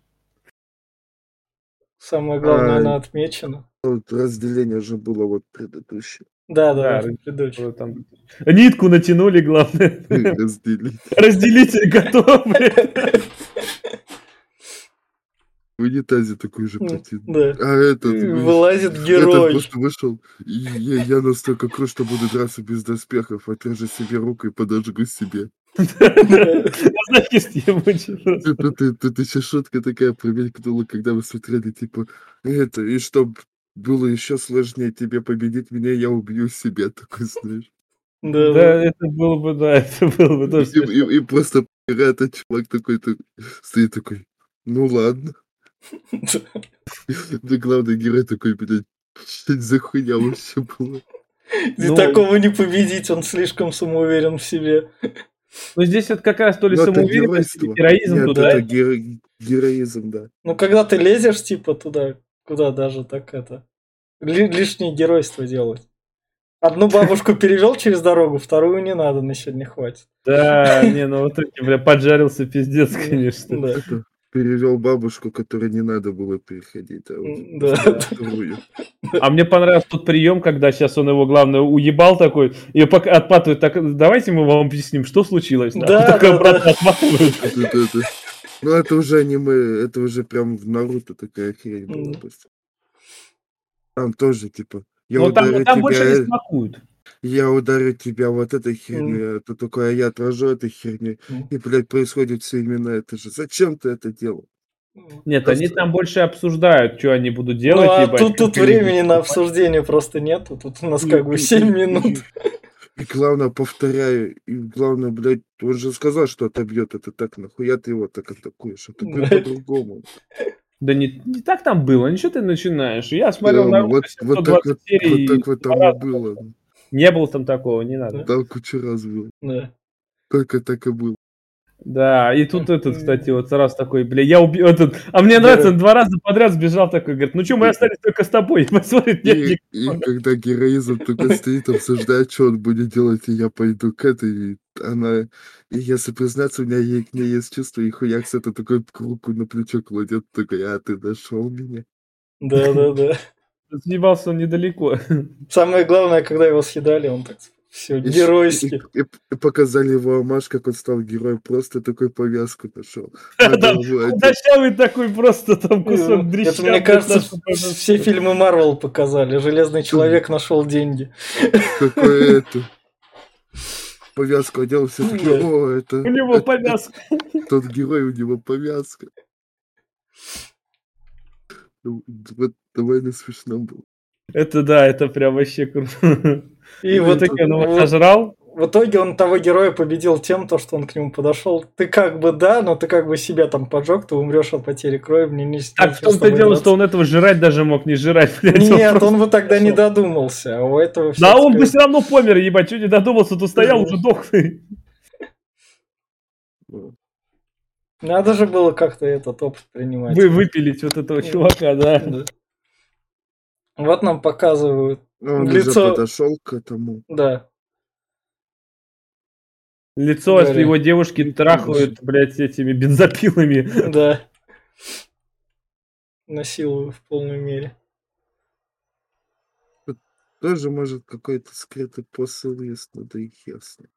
Самое главное, а, оно отмечено. вот разделение же было вот предыдущее. Да, Да, предыдущий. там нитку натянули, главное. Разделить. Разделитель готов, блядь. В унитазе такой же противный. Да. А этот, Вылазит этот герой. просто вышел. И я настолько крут, что буду драться без доспехов. Отрежу себе руку и подожгу себе. Знаешь, ебучий просто. Тут еще шутка такая промелькнула, когда мы смотрели, типа, это, и чтоб было еще сложнее тебе победить меня, я убью себя, такой, знаешь. Да, Да, это было бы, да, это было бы тоже смешно. И просто этот чувак такой стоит такой, ну ладно. Да главный герой такой, блядь, что это за хуйня вообще была? И Ну, такого не победить, он слишком самоуверен в себе. ну, здесь это как раз то ли Ну, это самоуверенность, или геройство. героизм Нет, тут, да? это героизм, да. Ну, когда ты лезешь, типа, туда, куда даже так это... Лишнее геройство делать. Одну бабушку перевел через дорогу, вторую не надо, на сегодня хватит. Да, не, ну в итоге, бля, поджарился пиздец, конечно. Да. Это перевел бабушку, которой не надо было переходить, а вот Да. вторую. А мне понравился тот прием, когда сейчас он его, главное, уебал такой, и пока отпатывает, так, давайте мы вам объясним, что случилось. нахуй. Да, Такой да, обратно да. отматывает. Ну, это уже аниме, это уже прям в Наруто такая хрень была М. просто. Там тоже, типа, я Но там ударю больше не тебя, смакуют. я ударю тебя вот этой херней, а ты такой, а я отражу этой херней. М. И, блядь, происходит все именно это же. Зачем ты это делал? Нет, они Просто- там больше обсуждают, что они будут Ну, делать, а ебать. тут как они времени будут на поступать. обсуждение просто нету. Тут у нас И- как бы и- 7 и- минут. И главное, повторяю, и главное, блядь, он же сказал, что отобьет это так, нахуя ты его так атакуешь? Атакуй Да. по-другому. Да не так там было, ничего ты начинаешь. Я смотрел Да, Наруто вот 720 так серий, и вот два там и раза было. не было там такого, не надо. Там куча раз было. Да. Только так и было. Да, и тут М. этот, кстати, вот раз такой, бля, я убил этот, а мне Герой. нравится, он 2 раза подряд сбежал такой, говорит, ну что, мы Да. остались только с тобой. И посмотрит, нет, И когда героизм только стоит, обсуждает, что он будет делать, и я пойду к этой, и она... И если признаться, у меня к ней есть чувство, и хуяк это такой руку на плечо кладет, такой, а ты нашел меня? Да, да, да. съебался он недалеко. Самое главное, когда его съедали, он так все И, геройски. и показали его Амаш, как он стал героем, просто такой повязку нашел. Да, На голову одел. худощавый такой просто там кусок дрища. Это, мне блядь, кажется, нашу повязку. все фильмы Марвел показали. Железный человек нашел деньги. Какой это... Повязку одел, все таки Да. о, это... У него повязка. Тот герой, у него повязка. Ну, вот довольно смешно было. Это да, это прям вообще круто. И И в вот, итоге он его вот сожрал. в итоге он того героя победил тем, то, что он к нему подошел. Ты как бы да, но ты как бы себя там поджег, ты умрешь от потери крови, мне не Так в том-то дело, что он этого жрать даже мог не жрать, блядь. Нет, просто он бы тогда не пошел. додумался, а у этого Да всё-таки- он бы все равно помер, ебать, что не додумался, то стоял уже дохлый. Надо же было как-то этот опыт принимать. Выпилить вот этого чувака, да. Да. Вот нам показывают Он уже лицо, подошел к этому. да, Лицо Гарри. его девушки трахают, блядь, этими бензопилами. да. Насилую в полной мере. Тоже, может, какой-то скрытый посыл есть, надо их ясно.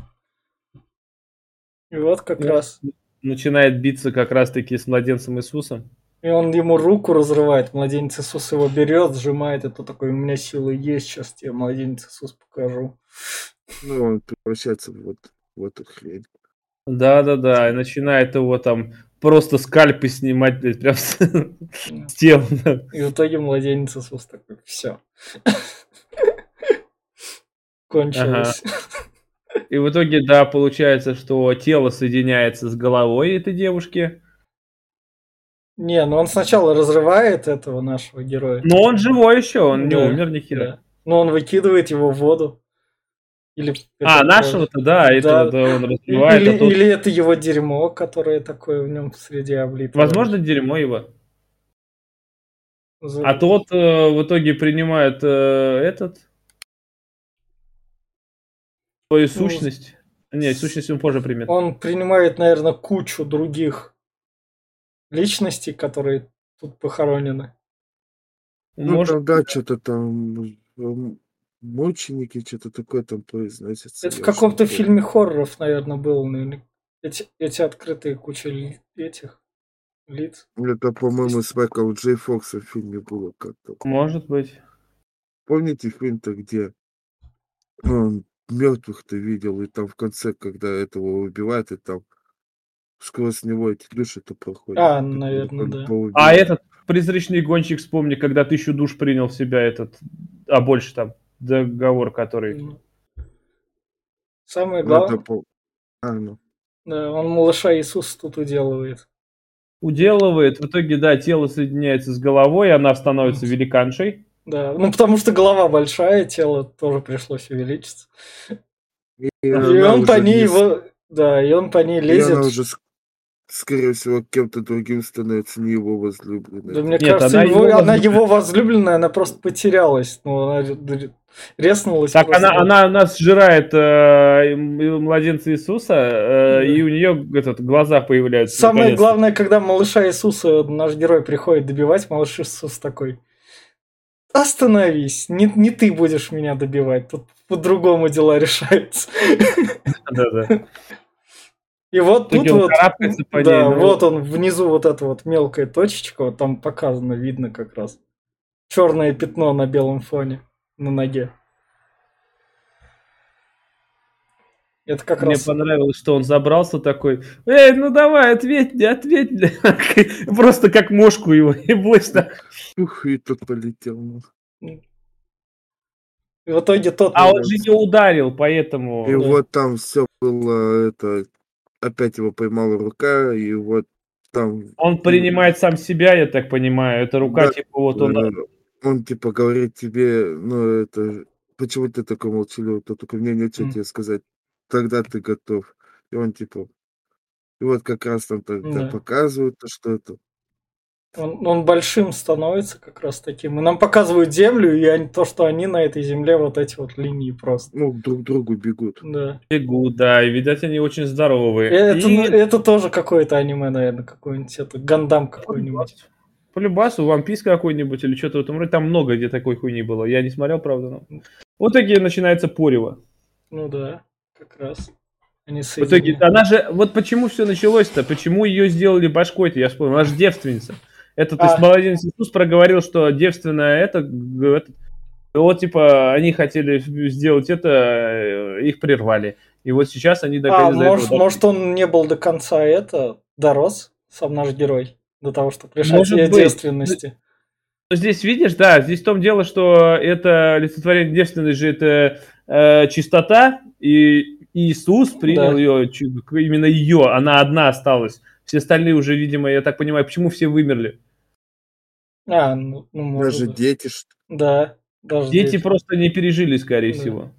И вот как Ну. раз. Начинает биться как раз-таки с младенцем Иисусом. И он ему руку разрывает, младенец Иисус его берет, сжимает, это такой, у меня силы есть, сейчас тебе младенец Иисус покажу. Ну, он превращается в эту хрень. Да-да-да, и начинает его там просто скальпы снимать, блядь, прям с тела. И в итоге младенец Иисус такой, все. Кончилось. И в итоге, да, получается, что тело соединяется с головой этой девушки. Не, ну он сначала разрывает этого нашего героя. Но он живой еще, он не Да, умер ни хера. да. Но он выкидывает его в воду. Или А, это нашего-то, да, этого-то он разбивает, или, а тот... или это его дерьмо, которое такое в нем среди облито. Возможно, дерьмо его. За- А тот в итоге принимает свою ну, сущность. Не, сущность он позже примет. Он принимает, наверное, кучу других личностей, которые тут похоронены. Ну, Может, там, да, что-то там мученики, что-то такое там произносится. Это в Я уж не каком-то помню. фильме хорроров, наверное, было. Наверное. Эти открытые куча этих лиц. Это, по-моему, с Майклом Джей Фоксом в фильме было как-то. может быть. Помните фильм-то, где он мертвых-то видел, и там в конце, когда этого убивают, и там сквозь него эти души-то проходят. А, Так вот, наверное, он да. А поубивал. этот призрачный гонщик, вспомни, когда 1000 душ принял в себя этот, а больше там, договор, который... Ну, Самое Ну, это главное, ну. да, он малыша Иисуса тут уделывает. Уделывает, в итоге, да, тело соединяется с головой, она становится великаншей. Да, ну потому что голова большая, тело тоже пришлось увеличиться. И И она он по уже ней не... его, да, и он по ней И она лезет. уже, скорее всего, кем-то другим становится, не его возлюбленной. Да, мне Нет, кажется, она она его его возлюбленная, она просто потерялась. Ну, она резнулась Так просто. она сжирает младенца Иисуса, Да. и у нее глаза появляются Самое наконец-то. главное, когда малыша Иисуса наш герой приходит добивать, малыш Иисус такой: остановись, не ты будешь меня добивать, тут по-другому дела решаются. Да-да. И вот В итоге тут он вот, карабкается по ней, да, но- вот он внизу, вот эта вот мелкая точечка, вот там показано, видно как раз. Черное пятно на белом фоне на ноге. Это как Мне раз. понравилось, что он забрался такой: эй, ну давай, ответь мне, ответь мне. Просто как мошку его еблось так. Ух, и тот полетел. Ну. И в итоге тот. А он же не ударил, поэтому... И Да. вот там все было, это, опять его поймала рука, и вот там... Он принимает сам себя, я так понимаю. Это рука, Да, типа, вот он... он типа говорит тебе, ну это, почему ты такой молчаливый, то только мне нечего тебе сказать, тогда ты готов. И он типа, и вот как раз там тогда Да. показывают, что это, Он большим становится как раз таким. И нам показывают землю, и то, что они на этой земле, вот эти вот линии просто. ну, друг к другу бегут. Да. Бегут, да, и, видать, они очень здоровые. Это тоже какое-то аниме, наверное, какой-нибудь. Это Гандам какой-нибудь. По любасу, One Piece какой-нибудь или что-то в этом роде. Там много где такой хуйни было. Я не смотрел, правда, но... В итоге начинается порево. Ну да, как раз. Они В итоге, соединяют. она же... Вот почему все началось-то? Почему ее сделали башкой-то? Я вспомнил. Она же девственница. То есть младенец Иисус проговорил, что девственная это... И вот, типа, они хотели сделать это, их прервали. И вот сейчас они наконец до этого дошли. Может, он не был до конца дорос, сам наш герой, до того, чтобы решать Может о быть. девственности. Но здесь, видишь, да, здесь в том дело, что это олицетворение девственности же это чистота, и Иисус принял Да. ее, именно ее, она одна осталась. Все остальные уже, видимо, я так понимаю, почему все вымерли. Ну, может Даже быть. дети, что Да, даже Дети просто не пережили, скорее Да. всего.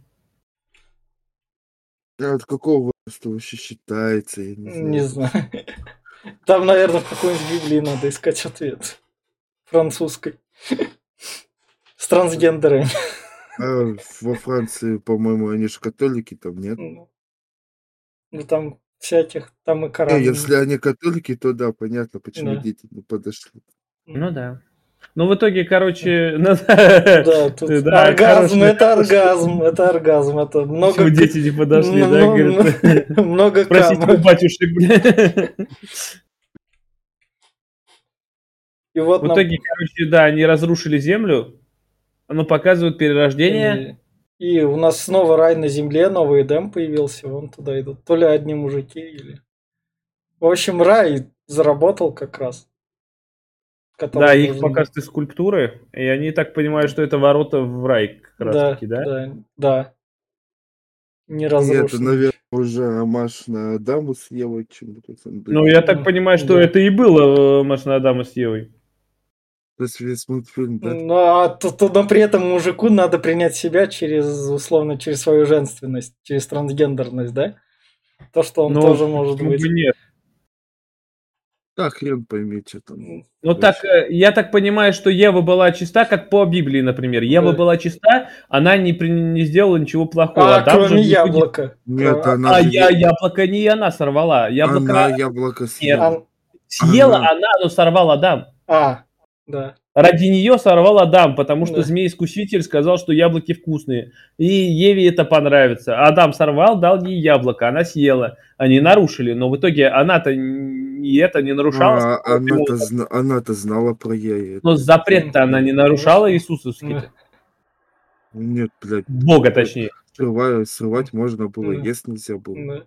а от какого возраста вообще считается, я не знаю. Не знаю. Там, наверное, в какой-нибудь Библии надо искать ответ. Французской. С трансгендерами. А во Франции, по-моему, они же католики, там нет? Ну, там всяких, там и Не, Коран. если они католики, то да, понятно, почему Да. дети не подошли. Ну да. Ну, в итоге, короче... Да, тут Да, оргазм, хороший- это оргазм, это оргазм, это много... Почему дети не подошли, да, говорит? Много Спросите у камер. батюшек, бля. И вот В нам... итоге, короче, да, они разрушили землю, оно показывает перерождение. И у нас снова рай на земле, новый Эдем появился, вон туда идут. То ли одни мужики, или... В общем, рай заработал как раз. Да, их показывают скульптуры, и они так понимают, что это ворота в рай как раз таки, да? Да. не Это, разрушенный. наверное, уже омаж на Адаму с Евой чем-то. Ну, я так понимаю, что Да. это и было «Машина Адама с Евой». То есть весь мультфильм, да? Но при этом мужику надо принять себя условно, через свою женственность, через трансгендерность, да? То, что он Ну, тоже может почему быть. бы нет? Да, хрен пойми, что там. Ну так, я так понимаю, что Ева была чиста, как по Библии, например. Ева Да. была чиста, она не сделала ничего плохого. А Адам же кроме в итоге- яблока. Нет, Кро- она же... яблоко не она сорвала. Яблоко Она яблоко нет. съела. Съела Она. она, но сорвал Адам. Да. Ради нее сорвал Адам, потому что Да. змей-искуситель сказал, что яблоки вкусные. И Еве это понравится. Адам сорвал, дал ей яблоко, она съела. Они нарушили, но в итоге она-то не нарушала. Она-то знала про яйца. Но запрет-то она не нарушала иисусовский-то. Нет, блядь. Бога, точнее. Срывать можно было, есть нельзя было. Да.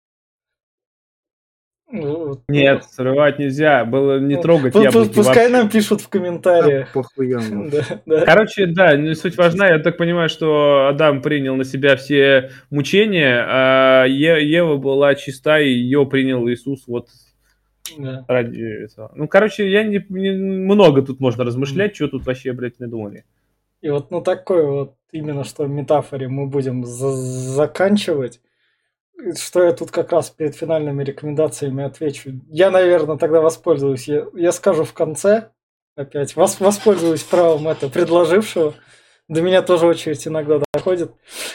Ну, Нет, срывать нельзя. Было не трогать пускай яблоки Пускай вообще. нам пишут в комментариях. Да, похуям вообще. Да. Короче, да, суть важна. Я так понимаю, что Адам принял на себя все мучения, а Ева была чиста, и ее принял Иисус вот Да. ради этого. Ну, короче, много тут можно размышлять, что тут вообще, блядь, надумали. И вот такой вот именно что метафоре мы будем заканчивать. Что я тут как раз перед финальными рекомендациями отвечу. Я, наверное, тогда воспользуюсь. Я скажу в конце опять. Воспользуюсь правом предложившего. До меня тоже очередь иногда доходит.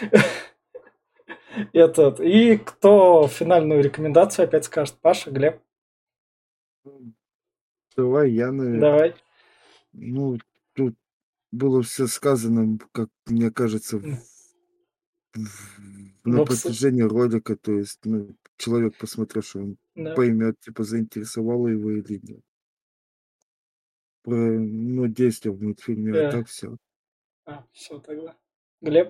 И кто финальную рекомендацию опять скажет? Паша, Глеб? Давай, я, наверное. Давай. Ну, тут было все сказано, как мне кажется, на протяжении ролика. То есть, человек, посмотревший, он поймет, типа, заинтересовало его или нет. Про действия в мультфильме, а так все. Все тогда. Глеб?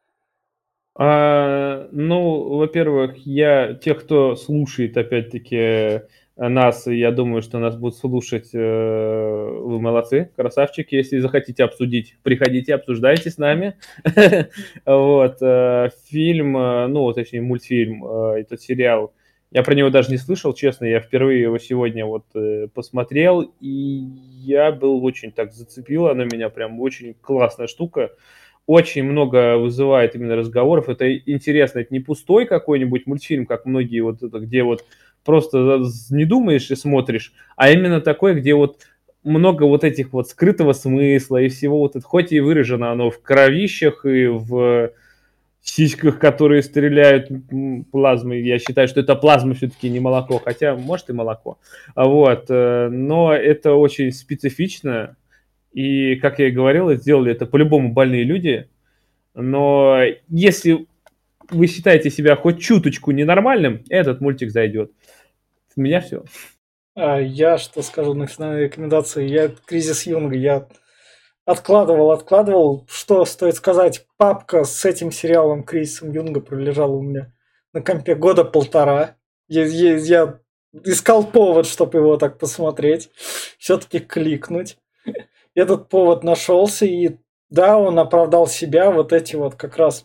Ну, во-первых, тех, кто слушает, опять-таки, нас, я думаю, что нас будут слушать, вы молодцы, красавчики. Если захотите обсудить, приходите, обсуждайте с нами. Вот, фильм, точнее, мультфильм, этот сериал, я про него даже не слышал, честно, я впервые его сегодня вот посмотрел, и я был очень так зацепил, она меня прям очень классная штука. Очень много вызывает именно разговоров. Это интересно, это не пустой какой-нибудь мультфильм, как многие вот это, где вот просто не думаешь и смотришь, а именно такой, где вот много вот этих вот скрытого смысла и всего вот это, хоть и выражено оно в кровищах и в сиськах, которые стреляют плазмой. Я считаю, что это плазма все-таки не молоко, хотя может и молоко. Вот, но это очень специфично. И, как я и говорил, сделали это по-любому больные люди. Но если вы считаете себя хоть чуточку ненормальным, этот мультик зайдет. У меня все. Я что скажу на финальной рекомендации? Я «Кризис Юнга». Я откладывал. Что стоит сказать? Папка с этим сериалом «Кризисом Юнга» пролежала у меня на компе года полтора. Я искал повод, чтобы его так посмотреть. Все-таки кликнуть. Этот повод нашелся, и да, он оправдал себя. Вот эти вот как раз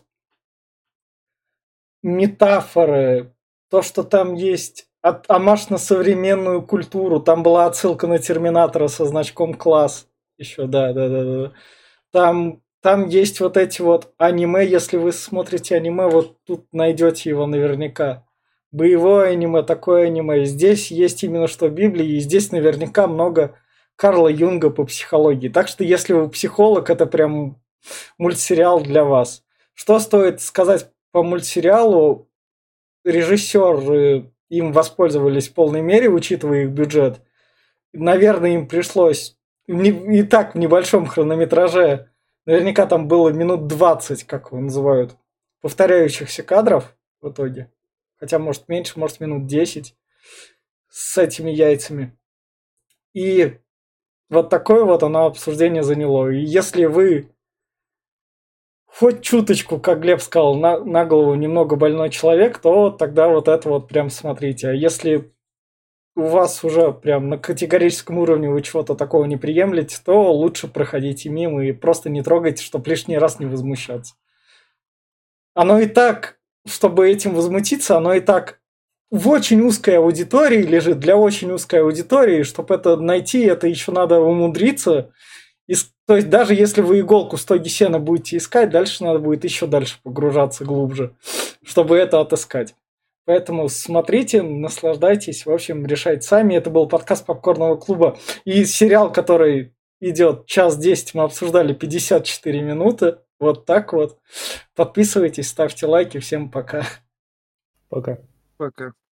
метафоры, то, что там есть омаж на современную культуру. Там была отсылка на Терминатора со значком класс. Еще, да. Там есть вот эти вот аниме. Если вы смотрите аниме, вот тут найдете его наверняка. Боевое аниме, такое аниме. Здесь есть именно что Библии, и здесь наверняка много Карла Юнга по психологии. Так что, если вы психолог, это прям мультсериал для вас. Что стоит сказать по мультсериалу? Режиссеры им воспользовались в полной мере, учитывая их бюджет. Наверное, им пришлось и так в небольшом хронометраже, наверняка там было минут 20, как его называют, повторяющихся кадров в итоге. Хотя, может, меньше, может, минут 10 с этими яйцами. И вот такое вот оно обсуждение заняло. И если вы хоть чуточку, как Глеб сказал, на голову немного больной человек, то тогда вот это вот прям смотрите. А если у вас уже прям на категорическом уровне вы чего-то такого не приемлете, то лучше проходите мимо и просто не трогайте, чтобы лишний раз не возмущаться. Оно и так чтобы этим возмутиться, оно и так в очень узкой аудитории лежит, для очень узкой аудитории. Чтобы это найти, это еще надо умудриться. То есть даже если вы иголку в стоге сена будете искать, дальше надо будет еще дальше погружаться глубже, чтобы это отыскать. Поэтому смотрите, наслаждайтесь, в общем, решайте сами. Это был подкаст Попкорного клуба. И сериал, который идет час 10, мы обсуждали 54 минуты. Вот так вот. Подписывайтесь, ставьте лайки. Всем пока. Пока. Пока.